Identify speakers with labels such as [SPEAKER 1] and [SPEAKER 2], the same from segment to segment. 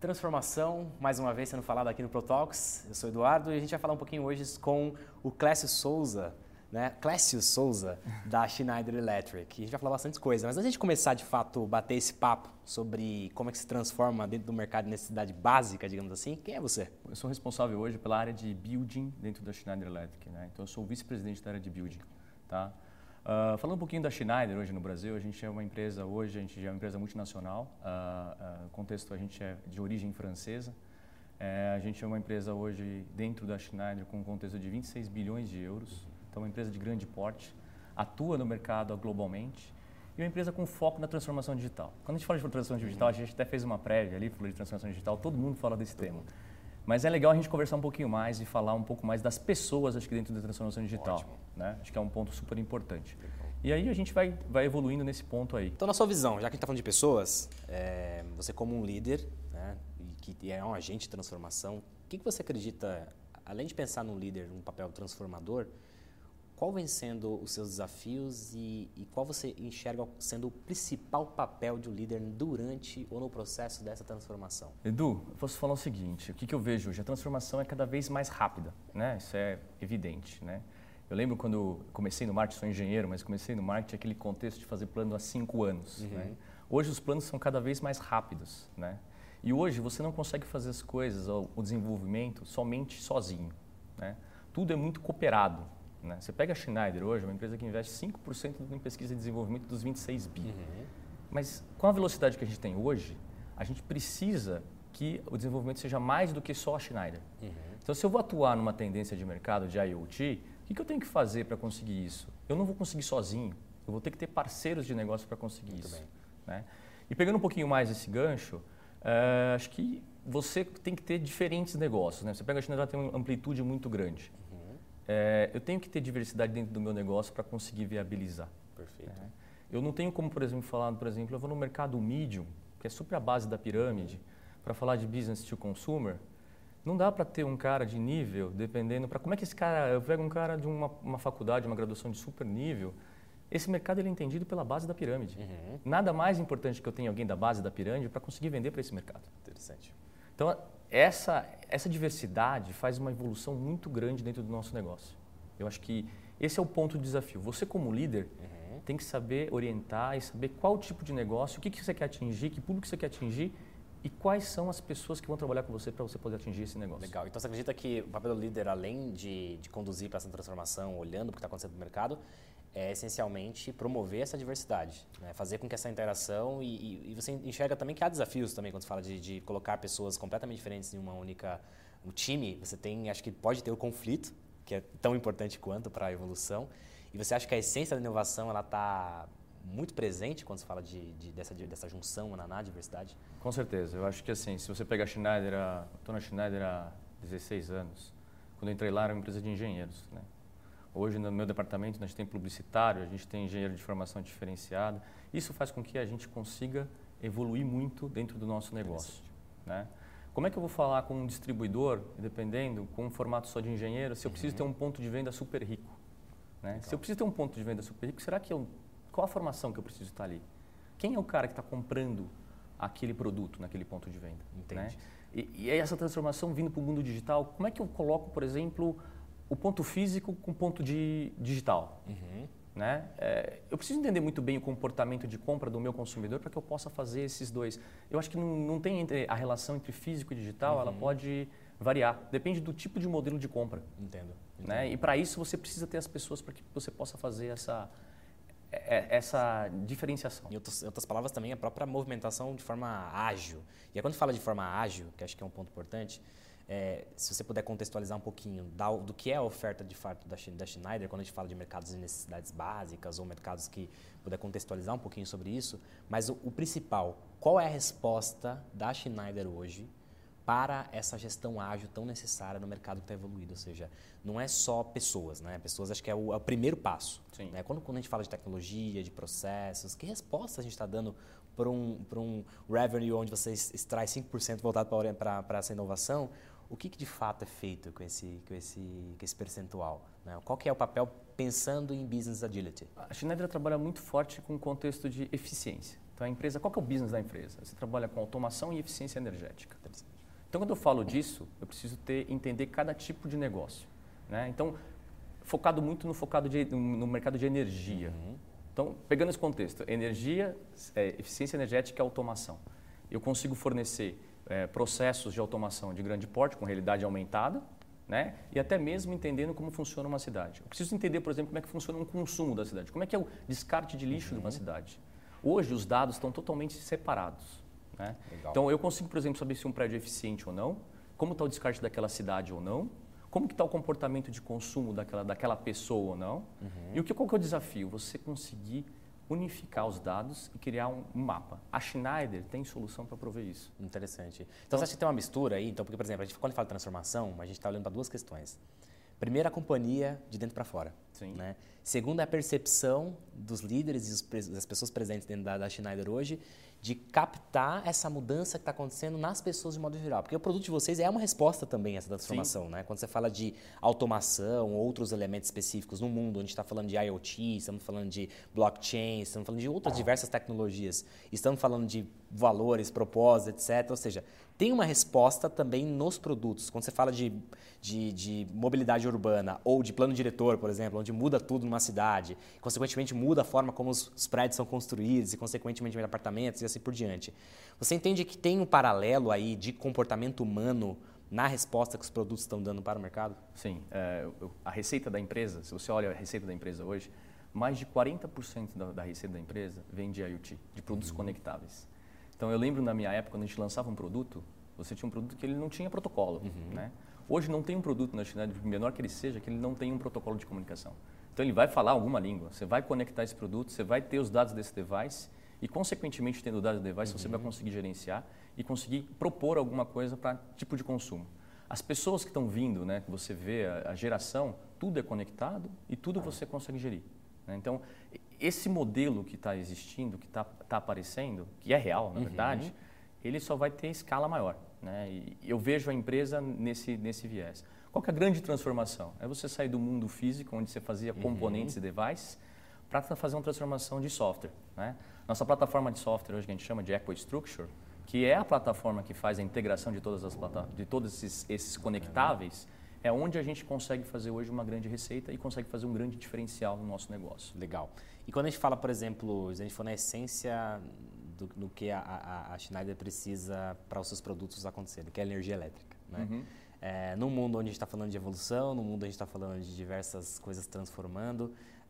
[SPEAKER 1] Transformação, mais uma vez sendo falado aqui no ProTalks. Eu sou o Eduardo e a gente vai falar um pouquinho hoje com o Clécio Souza, da Schneider Electric. E a gente vai falar bastante coisa, mas antes de a gente começar de fato bater esse papo sobre como é que se transforma dentro do mercado de necessidade básica, digamos assim, quem é você?
[SPEAKER 2] Eu sou responsável hoje pela área de Building dentro da Schneider Electric, né? Então eu sou o vice-presidente da área de Building, tá? Falando um pouquinho da Schneider hoje no Brasil, a gente é uma empresa multinacional, o contexto a gente é de origem francesa, a gente é uma empresa hoje dentro da Schneider com um contexto de 26 bilhões de euros, então uma empresa de grande porte, atua no mercado globalmente e uma empresa com foco na transformação digital. Quando a gente fala de transformação digital, a gente até fez uma prévia ali, falou de transformação digital, todo mundo fala desse tema. Mas é legal a gente conversar um pouquinho mais e falar um pouco mais das pessoas, acho que dentro da transformação digital. Né? Acho que é um ponto super importante. E aí a gente vai evoluindo nesse ponto aí.
[SPEAKER 1] Então, na sua visão, já que a gente está falando de pessoas, você como um líder, né, que é um agente de transformação, o que você acredita, além de pensar num líder, num papel transformador, qual vem sendo os seus desafios e qual você enxerga sendo o principal papel de um líder durante ou no processo dessa transformação?
[SPEAKER 2] Edu, eu posso falar o seguinte, o que eu vejo hoje? A transformação é cada vez mais rápida, né? Isso é evidente, né? Eu lembro quando eu comecei no marketing, sou engenheiro, mas comecei no marketing aquele contexto de fazer plano há 5 anos. Né? Hoje os planos são cada vez mais rápidos, né? E hoje você não consegue fazer as coisas, o desenvolvimento, somente sozinho, né? Tudo é muito cooperado. Né? Você pega a Schneider hoje, uma empresa que investe 5% em pesquisa e desenvolvimento dos 26 bi. Mas com a velocidade que a gente tem hoje, a gente precisa que o desenvolvimento seja mais do que só a Schneider. Então, se eu vou atuar numa tendência de mercado de IoT, o que eu tenho que fazer para conseguir isso? Eu não vou conseguir sozinho, eu vou ter que ter parceiros de negócio para conseguir isso. Né? E pegando um pouquinho mais esse gancho, acho que você tem que ter diferentes negócios. Né? Você pega a Schneider, ela tem uma amplitude muito grande. Eu tenho que ter diversidade dentro do meu negócio para conseguir viabilizar.
[SPEAKER 1] Perfeito.
[SPEAKER 2] Eu não tenho como, por exemplo, eu vou no mercado medium, que é super a base da pirâmide, para falar de business to consumer. Não dá para ter um cara de nível, dependendo para como é que esse cara, eu pego um cara de uma faculdade, uma graduação de super nível, esse mercado ele é entendido pela base da pirâmide. Nada mais importante que eu tenha alguém da base da pirâmide para conseguir vender para esse mercado.
[SPEAKER 1] Interessante.
[SPEAKER 2] Então, essa diversidade faz uma evolução muito grande dentro do nosso negócio. Eu acho que esse é o ponto de desafio. Você, como líder, tem que saber orientar e saber qual tipo de negócio, o que você quer atingir, que público você quer atingir e quais são as pessoas que vão trabalhar com você para você poder atingir esse negócio.
[SPEAKER 1] Legal. Então, você acredita que o papel do líder, além de conduzir para essa transformação, olhando para o que está acontecendo no mercado, é essencialmente promover essa diversidade, né? Fazer com que essa interação e você enxerga também que há desafios também quando você fala de colocar pessoas completamente diferentes em uma única um time. Você tem, acho que pode ter o conflito, que é tão importante quanto para a evolução. E você acha que a essência da inovação ela está muito presente quando se fala dessa junção na diversidade?
[SPEAKER 2] Com certeza. Eu acho que assim, se você pegar a Schneider, estou na Schneider há 16 anos. Quando eu entrei lá era uma empresa de engenheiros, né? Hoje, no meu departamento, a gente tem publicitário, a gente tem engenheiro de formação diferenciada. Isso faz com que a gente consiga evoluir muito dentro do nosso negócio. Né? Como é que eu vou falar com um distribuidor, dependendo, com um formato só de engenheiro, se eu preciso ter um ponto de venda super rico? Né? Se eu preciso ter um ponto de venda super rico, será que qual a formação que eu preciso estar ali? Quem é o cara que está comprando aquele produto naquele ponto de venda? Né? E aí essa transformação vindo para o mundo digital, como é que eu coloco, por exemplo, o ponto físico com o ponto digital. Né? Eu preciso entender muito bem o comportamento de compra do meu consumidor para que eu possa fazer esses dois. Eu acho que não tem a relação entre físico e digital, ela pode variar. Depende do tipo de modelo de compra.
[SPEAKER 1] Entendo.
[SPEAKER 2] Né? E para isso você precisa ter as pessoas para que você possa fazer essa diferenciação.
[SPEAKER 1] Em outras palavras também a própria movimentação de forma ágil. E aí, quando fala de forma ágil, que acho que é um ponto importante, se você puder contextualizar um pouquinho do que é a oferta de fato da Schneider, quando a gente fala de mercados de necessidades básicas ou mercados que puder contextualizar um pouquinho sobre isso, mas o principal, qual é a resposta da Schneider hoje para essa gestão ágil tão necessária no mercado que está evoluído? Ou seja, não é só pessoas, né? Pessoas acho que é o primeiro passo. Né? Quando a gente fala de tecnologia, de processos, que resposta a gente está dando para um revenue onde você extrai 5% voltado para essa inovação? O que de fato é feito com esse percentual? Né? Qual que é o papel pensando em business agility?
[SPEAKER 2] A Schneider trabalha muito forte com o contexto de eficiência. Então, a empresa, qual que é o business da empresa? Você trabalha com automação e eficiência energética. Então, quando eu falo disso, eu preciso entender cada tipo de negócio, né? Então, focado muito no mercado de energia. Então, pegando esse contexto, energia, eficiência energética e automação. Eu consigo fornecer processos de automação de grande porte, com realidade aumentada, né? E até mesmo entendendo como funciona uma cidade. Eu preciso entender, por exemplo, como é que funciona um consumo da cidade, como é que é o descarte de lixo de uma cidade. Hoje, os dados estão totalmente separados, né? Então, eu consigo, por exemplo, saber se um prédio é eficiente ou não, como está o descarte daquela cidade ou não, como que está o comportamento de consumo daquela pessoa ou não. E qual que é o desafio? Você conseguir unificar os dados e criar um mapa. A Schneider tem solução para prover isso.
[SPEAKER 1] Interessante. Então, você acha que tem uma mistura aí? Então, porque, por exemplo, quando fala de transformação, a gente está olhando para duas questões. Primeiro, a companhia de dentro para fora.
[SPEAKER 2] Sim.
[SPEAKER 1] Né? Segundo, a percepção dos líderes e das pessoas presentes dentro da Schneider hoje de captar essa mudança que está acontecendo nas pessoas de modo geral. Porque o produto de vocês é uma resposta também a essa transformação. Né? Quando você fala de automação, outros elementos específicos no mundo, onde a gente está falando de IoT, estamos falando de blockchain, estamos falando de outras diversas tecnologias, estamos falando de valores, propósitos, etc. Ou seja, tem uma resposta também nos produtos. Quando você fala de mobilidade urbana ou de plano diretor, por exemplo, onde muda tudo numa cidade, consequentemente muda a forma como os prédios são construídos e, consequentemente, apartamentos e assim por diante. Você entende que tem um paralelo aí de comportamento humano na resposta que os produtos estão dando para o mercado?
[SPEAKER 2] Sim. A receita da empresa, se você olha a receita da empresa hoje, mais de 40% da receita da empresa vem de IoT, de produtos conectáveis. Então, eu lembro na minha época, quando a gente lançava um produto, você tinha um produto que ele não tinha protocolo, né? Hoje não tem um produto na Schneider, menor que ele seja, que ele não tem um protocolo de comunicação. Então, ele vai falar alguma língua, você vai conectar esse produto, você vai ter os dados desse device e, consequentemente, tendo dados do device, você vai conseguir gerenciar e conseguir propor alguma coisa para tipo de consumo. As pessoas que estão vindo, né, que você vê, a geração, tudo é conectado e tudo você consegue gerir, né? Então, esse modelo que está existindo, que está aparecendo, que é real, na verdade, ele só vai ter escala maior, né? E eu vejo a empresa nesse viés. Qual que é a grande transformação? É você sair do mundo físico, onde você fazia componentes e devices, para fazer uma transformação de software, né? Nossa plataforma de software hoje que a gente chama de EcoStruxure, que é a plataforma que faz a integração de todos esses conectáveis, é onde a gente consegue fazer hoje uma grande receita e consegue fazer um grande diferencial no nosso negócio.
[SPEAKER 1] Legal. E quando a gente fala, por exemplo, se a gente for na essência do que a Schneider precisa para os seus produtos acontecerem, que é a energia elétrica, né? Num mundo onde a gente está falando de evolução, num mundo onde a gente está falando de diversas coisas transformando,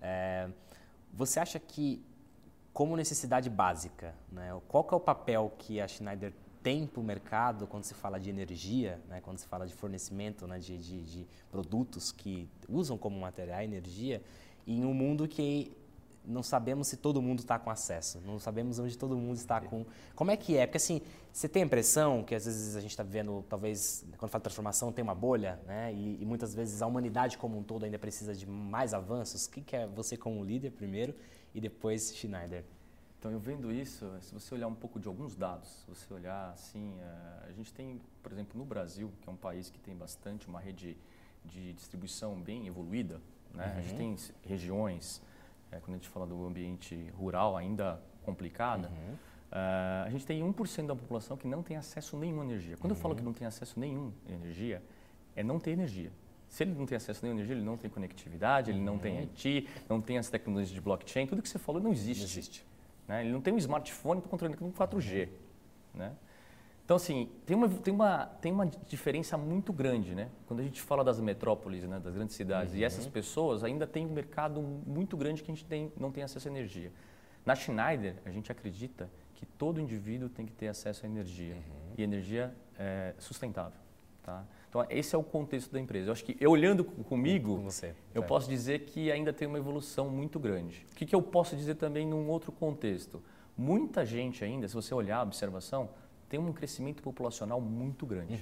[SPEAKER 1] você acha que, como necessidade básica, né, qual que é o papel que a Schneider tem para o mercado quando se fala de energia, né, quando se fala de fornecimento, né, de produtos que usam como material energia, em um mundo que não sabemos se todo mundo está com acesso, não sabemos onde todo mundo está com... Como é que é? Porque assim, você tem a impressão que às vezes a gente está vivendo, talvez, quando fala de transformação, tem uma bolha, né? E muitas vezes a humanidade como um todo ainda precisa de mais avanços. O que é você como líder primeiro e depois Schneider?
[SPEAKER 2] Então, eu vendo isso, se você olhar um pouco de alguns dados, se você olhar assim, a gente tem, por exemplo, no Brasil, que é um país que tem bastante uma rede de distribuição bem evoluída, né? A gente tem regiões, quando a gente fala do ambiente rural ainda complicada, a gente tem 1% da população que não tem acesso nenhum à energia. Quando eu falo que não tem acesso nenhum à energia, é não ter energia. Se ele não tem acesso a nenhuma energia, ele não tem conectividade, ele não tem IT, não tem as tecnologias de blockchain, tudo que você falou não existe.
[SPEAKER 1] Não existe.
[SPEAKER 2] Né? Ele não tem um smartphone para controlar com 4G. Né? Então, assim, tem uma diferença muito grande, né? Quando a gente fala das metrópoles, né, das grandes cidades, e essas pessoas ainda têm um mercado muito grande que a gente não tem acesso à energia. Na Schneider, a gente acredita que todo indivíduo tem que ter acesso à energia, e energia sustentável. Tá? Então, esse é o contexto da empresa. Eu acho que, olhando comigo, eu posso dizer que ainda tem uma evolução muito grande. O que eu posso dizer também num outro contexto? Muita gente ainda, se você olhar a observação, tem um crescimento populacional muito grande.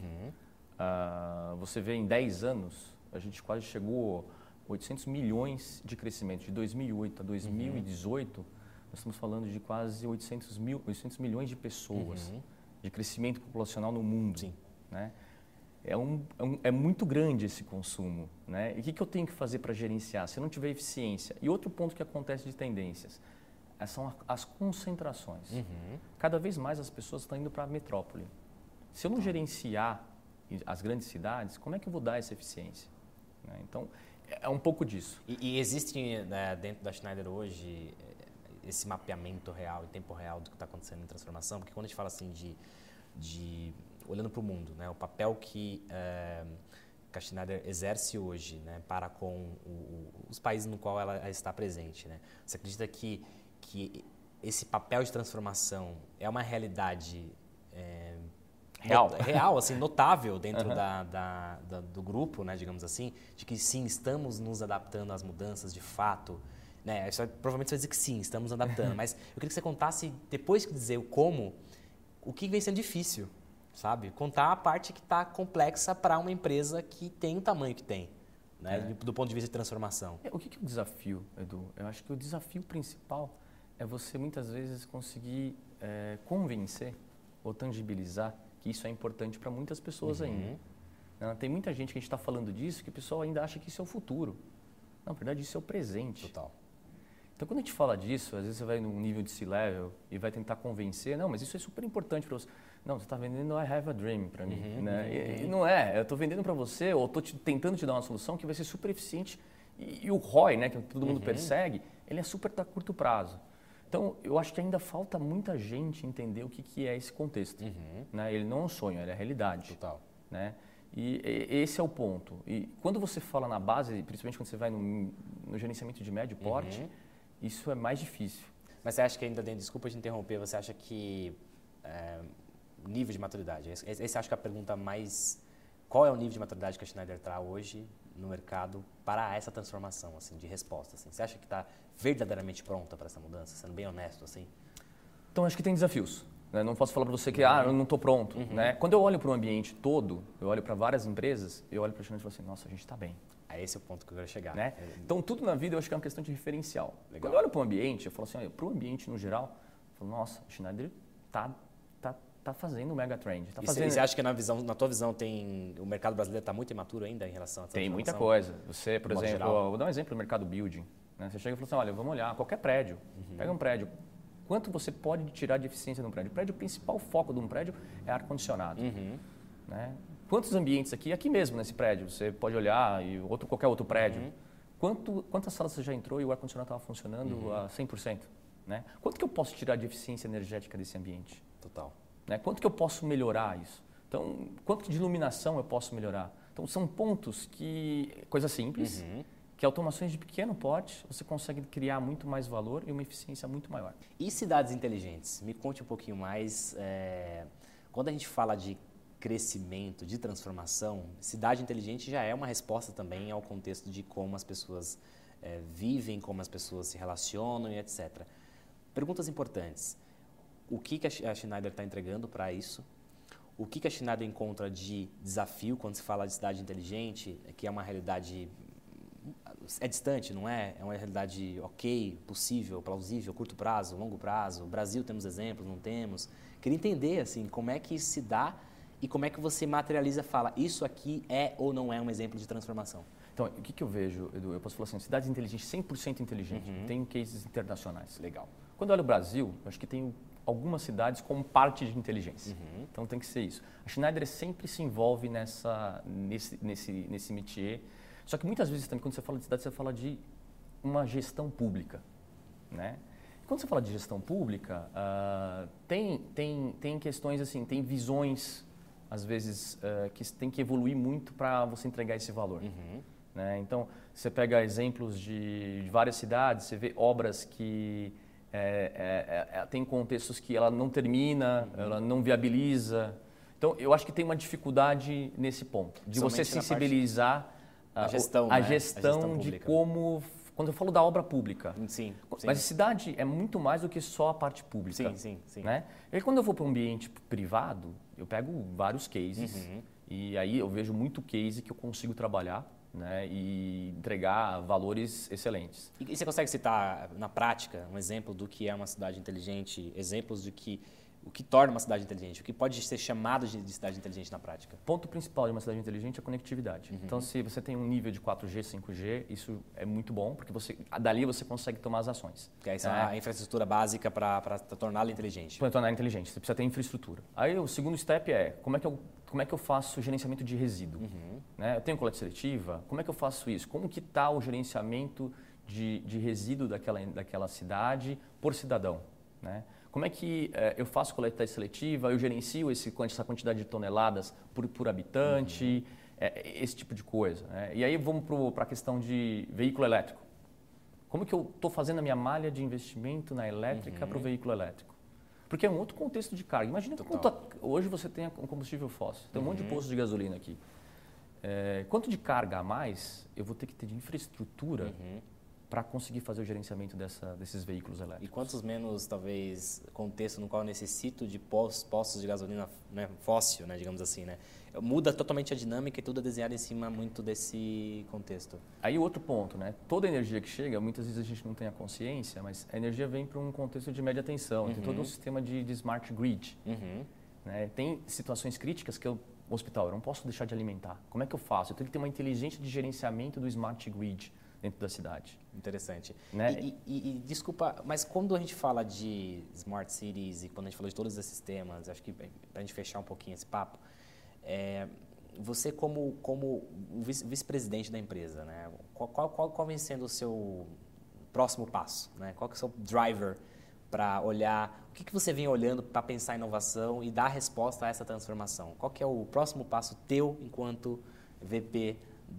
[SPEAKER 2] Você vê em 10 anos, a gente quase chegou a 800 milhões de crescimento. De 2008 a 2018, nós estamos falando de quase 800 milhões de pessoas de crescimento populacional no mundo.
[SPEAKER 1] Sim.
[SPEAKER 2] Né? É muito grande esse consumo. Né? E o que eu tenho que fazer para gerenciar? Se eu não tiver eficiência. E outro ponto que acontece de tendências são as concentrações. Cada vez mais as pessoas estão indo para a metrópole. Se eu não gerenciar as grandes cidades, como é que eu vou dar essa eficiência? Né? Então, é um pouco disso.
[SPEAKER 1] E existe, né, dentro da Schneider hoje esse mapeamento real, em tempo real do que está acontecendo em transformação? Porque quando a gente fala assim olhando para o mundo, né, o papel que a Schneider exerce hoje, né, para com os países no qual ela está presente, né? Você acredita que esse papel de transformação é uma realidade real, assim, notável dentro do grupo, né, digamos assim, de que sim, estamos nos adaptando às mudanças de fato, né? Provavelmente você vai dizer que sim, estamos nos adaptando, mas eu queria que você contasse, depois de dizer o como, o que vem sendo difícil, sabe? Contar a parte que está complexa para uma empresa que tem o tamanho que tem, né, do ponto de vista de transformação.
[SPEAKER 2] O que é o desafio, Edu? Eu acho que o desafio principal é você muitas vezes conseguir convencer ou tangibilizar que isso é importante para muitas pessoas ainda. Tem muita gente que a gente está falando disso que o pessoal ainda acha que isso é o futuro. Não, na verdade, isso é o presente.
[SPEAKER 1] Total.
[SPEAKER 2] Então, quando a gente fala disso, às vezes você vai num nível de C-level e vai tentar convencer, não, mas isso é super importante para você. Não, você está vendendo I have a dream para mim. Né? E não é, eu estou vendendo para você ou estou tentando te dar uma solução que vai ser super eficiente e o ROI, né, que todo mundo persegue, ele é super a curto prazo. Então, eu acho que ainda falta muita gente entender o que é esse contexto. Né? Ele não é um sonho, ele é a realidade.
[SPEAKER 1] Total.
[SPEAKER 2] Né? E esse é o ponto. E quando você fala na base, principalmente quando você vai no gerenciamento de médio porte, isso é mais difícil.
[SPEAKER 1] Mas você acha que ainda dentro, desculpa te interromper, você acha que nível de maturidade, essa acho que é a pergunta mais, qual é o nível de maturidade que a Schneider traz hoje no mercado para essa transformação, assim, de resposta? Assim? Você acha que está verdadeiramente pronta para essa mudança, sendo bem honesto? Assim?
[SPEAKER 2] Então, acho que tem desafios. Né? Não posso falar para você que eu não estou pronto. Né? Quando eu olho para o ambiente todo, eu olho para várias empresas, eu olho para a Schneider e falo assim, nossa, a gente está bem.
[SPEAKER 1] Esse é o ponto que eu quero chegar.
[SPEAKER 2] Né? Então, tudo na vida eu acho que é uma questão de referencial.
[SPEAKER 1] Legal.
[SPEAKER 2] Quando eu olho para o ambiente, eu falo assim, para o ambiente no geral, eu falo, nossa, a Schneider está fazendo o mega trend.
[SPEAKER 1] E você acha que na tua visão o mercado brasileiro está muito imaturo ainda em relação a essa
[SPEAKER 2] Tem muita coisa. Você, por exemplo, vou dar um exemplo do mercado building. Né? Você chega e fala assim, olha, vamos olhar qualquer prédio. Pega um prédio. Quanto você pode tirar de eficiência de um prédio? O principal foco de um prédio é ar-condicionado. Né? Quantos ambientes aqui mesmo nesse prédio, você pode olhar e qualquer outro prédio. Quantas salas você já entrou e o ar-condicionado estava funcionando a 100%? Né? Quanto que eu posso tirar de eficiência energética desse ambiente?
[SPEAKER 1] Total.
[SPEAKER 2] Né? Quanto que eu posso melhorar isso? Então, quanto de iluminação eu posso melhorar? Então, são pontos coisa simples, que automações de pequeno porte, você consegue criar muito mais valor e uma eficiência muito maior.
[SPEAKER 1] E cidades inteligentes? Me conte um pouquinho mais. Quando a gente fala de crescimento, de transformação, cidade inteligente já é uma resposta também ao contexto de como as pessoas vivem, como as pessoas se relacionam e etc. Perguntas importantes. O que a Schneider está entregando para isso? O que a Schneider encontra de desafio quando se fala de cidade inteligente, que é uma realidade distante, não é? É uma realidade ok, possível, plausível, curto prazo, longo prazo. Brasil temos exemplos, não temos. Queria entender assim, como é que isso se dá e como é que você materializa e fala, isso aqui é ou não é um exemplo de transformação?
[SPEAKER 2] Então, o que eu vejo, Edu? Eu posso falar assim, cidades inteligentes, 100% inteligente, tem cases internacionais.
[SPEAKER 1] Legal.
[SPEAKER 2] Quando eu olho o Brasil, eu acho que tem algumas cidades como parte de inteligência. Então, tem que ser isso. A Schneider sempre se envolve nesse métier. Só que muitas vezes também, quando você fala de cidade, você fala de uma gestão pública. Né? Quando você fala de gestão pública, tem questões assim, tem visões, às vezes, que tem que evoluir muito para você entregar esse valor. Né? Então, você pega exemplos de várias cidades, você vê obras que tem contextos que ela não termina, ela não viabiliza. Então, eu acho que tem uma dificuldade nesse ponto, de você sensibilizar a gestão de como... Quando eu falo da obra pública.
[SPEAKER 1] Sim.
[SPEAKER 2] Mas a cidade é muito mais do que só a parte pública.
[SPEAKER 1] Sim.
[SPEAKER 2] Né? E aí, quando eu vou para um ambiente privado, eu pego vários cases e aí eu vejo muito case que eu consigo trabalhar, né, e entregar valores excelentes.
[SPEAKER 1] E você consegue citar na prática um exemplo do que é uma cidade inteligente, exemplos de o que torna uma cidade inteligente, o que pode ser chamado de cidade inteligente na prática?
[SPEAKER 2] O ponto principal de uma cidade inteligente é a conectividade. Então, se você tem um nível de 4G, 5G, isso é muito bom, porque dali você consegue tomar as ações.
[SPEAKER 1] Que essa é a infraestrutura básica para torná-la inteligente.
[SPEAKER 2] Para tornar inteligente, você precisa ter infraestrutura. Aí o segundo step como é que eu como é que eu faço gerenciamento de resíduo? Né? Eu tenho coleta seletiva, como é que eu faço isso? Como que está o gerenciamento de resíduo daquela cidade por cidadão? Né? Como é que eu faço coleta seletiva, eu gerencio essa quantidade de toneladas por habitante, esse tipo de coisa. Né? E aí vamos para a questão de veículo elétrico. Como que eu estou fazendo a minha malha de investimento na elétrica para o veículo elétrico? Porque é um outro contexto de carga. Imagina hoje você tem um combustível fóssil, tem um monte de postos de gasolina aqui. Quanto de carga a mais eu vou ter que ter de infraestrutura para conseguir fazer o gerenciamento desses veículos elétricos?
[SPEAKER 1] E quantos menos, talvez, contexto no qual eu necessito de postos de gasolina, né, fóssil, né, digamos assim, né? Muda totalmente a dinâmica e tudo é desenhado em cima muito desse contexto.
[SPEAKER 2] Aí o outro ponto, né? Toda a energia que chega, muitas vezes a gente não tem a consciência, mas a energia vem para um contexto de média tensão. Tem todo um sistema de smart grid. Né? Tem situações críticas que o hospital, eu não posso deixar de alimentar. Como é que eu faço? Eu tenho que ter uma inteligência de gerenciamento do smart grid dentro da cidade.
[SPEAKER 1] Interessante.
[SPEAKER 2] Né?
[SPEAKER 1] E desculpa, mas quando a gente fala de smart cities e quando a gente falou de todos esses temas, acho que para a gente fechar um pouquinho esse papo, você como o vice-presidente da empresa, né? Qual vem sendo o seu próximo passo? Né? Qual que é o seu driver para olhar, o que você vem olhando para pensar em inovação e dar resposta a essa transformação? Qual que é o próximo passo teu enquanto VP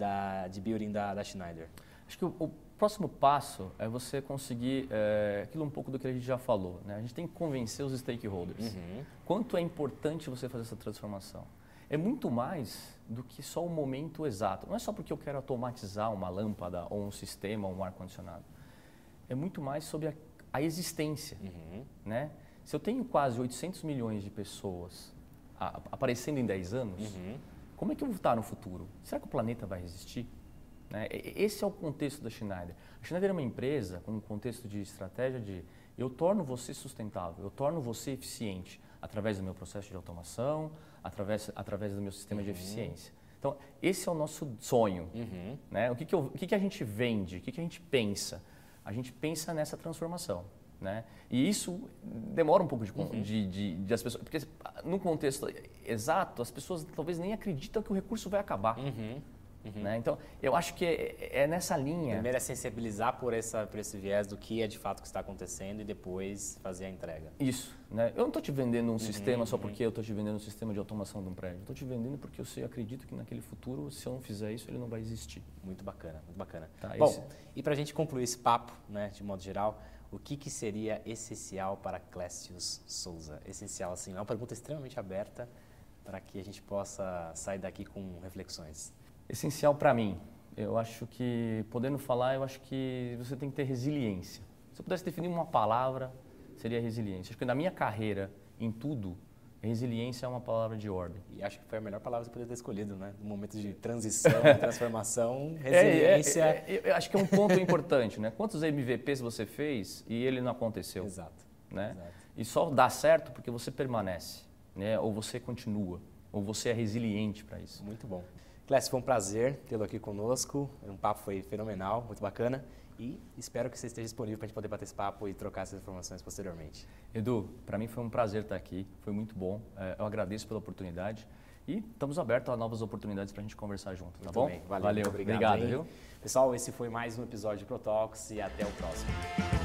[SPEAKER 1] de Building da Schneider?
[SPEAKER 2] Acho que o próximo passo é você conseguir aquilo um pouco do que a gente já falou. Né? A gente tem que convencer os stakeholders. Quanto é importante você fazer essa transformação? É muito mais do que só o momento exato. Não é só porque eu quero automatizar uma lâmpada ou um sistema ou um ar-condicionado. É muito mais sobre a existência. Né? Se eu tenho quase 800 milhões de pessoas aparecendo em 10 anos, como é que eu vou estar no futuro? Será que o planeta vai resistir? Né? Esse é o contexto da Schneider. A Schneider é uma empresa com um contexto de estratégia de eu torno você sustentável, eu torno você eficiente através do meu processo de automação, através do meu sistema de eficiência. Então, esse é o nosso sonho. Né? O que a gente vende? O que a gente pensa? A gente pensa nessa transformação. Né? E isso demora um pouco de as pessoas... Porque no contexto exato, as pessoas talvez nem acreditam que o recurso vai acabar. Né? Então, eu acho que é nessa linha...
[SPEAKER 1] Primeiro é sensibilizar por esse viés do que é de fato que está acontecendo e depois fazer a entrega.
[SPEAKER 2] Isso. Né? Eu não estou te vendendo um sistema só porque eu estou te vendendo um sistema de automação de um prédio. Estou te vendendo porque eu acredito que naquele futuro, se eu não fizer isso, ele não vai existir.
[SPEAKER 1] Muito bacana, muito bacana.
[SPEAKER 2] Tá,
[SPEAKER 1] bom, e para a gente concluir esse papo, né, de modo geral, o que seria essencial para Clécius Souza? Essencial, assim, é uma pergunta extremamente aberta para que a gente possa sair daqui com reflexões.
[SPEAKER 2] Essencial para mim, eu acho que, podendo falar, eu acho que você tem que ter resiliência. Se eu pudesse definir uma palavra, seria resiliência. Acho que na minha carreira, em tudo, resiliência é uma palavra de ordem.
[SPEAKER 1] E acho que foi a melhor palavra que você poderia ter escolhido, né? No momento de transição, de transformação, resiliência...
[SPEAKER 2] Eu acho que é um ponto importante, né? Quantos MVPs você fez e ele não aconteceu?
[SPEAKER 1] Exato.
[SPEAKER 2] Né?
[SPEAKER 1] Exato.
[SPEAKER 2] E só dá certo porque você permanece, né? Ou você continua, ou você é resiliente para isso.
[SPEAKER 1] Muito bom. Clécio, foi um prazer tê-lo aqui conosco. O papo foi fenomenal, muito bacana. E espero que você esteja disponível para a gente poder bater esse papo e trocar essas informações posteriormente.
[SPEAKER 2] Edu, para mim foi um prazer estar aqui, foi muito bom. Eu agradeço pela oportunidade e estamos abertos a novas oportunidades para a gente conversar junto, tá bom?
[SPEAKER 1] Bem. Valeu,
[SPEAKER 2] obrigado, viu?
[SPEAKER 1] Pessoal, esse foi mais um episódio de ProTalks e até o próximo.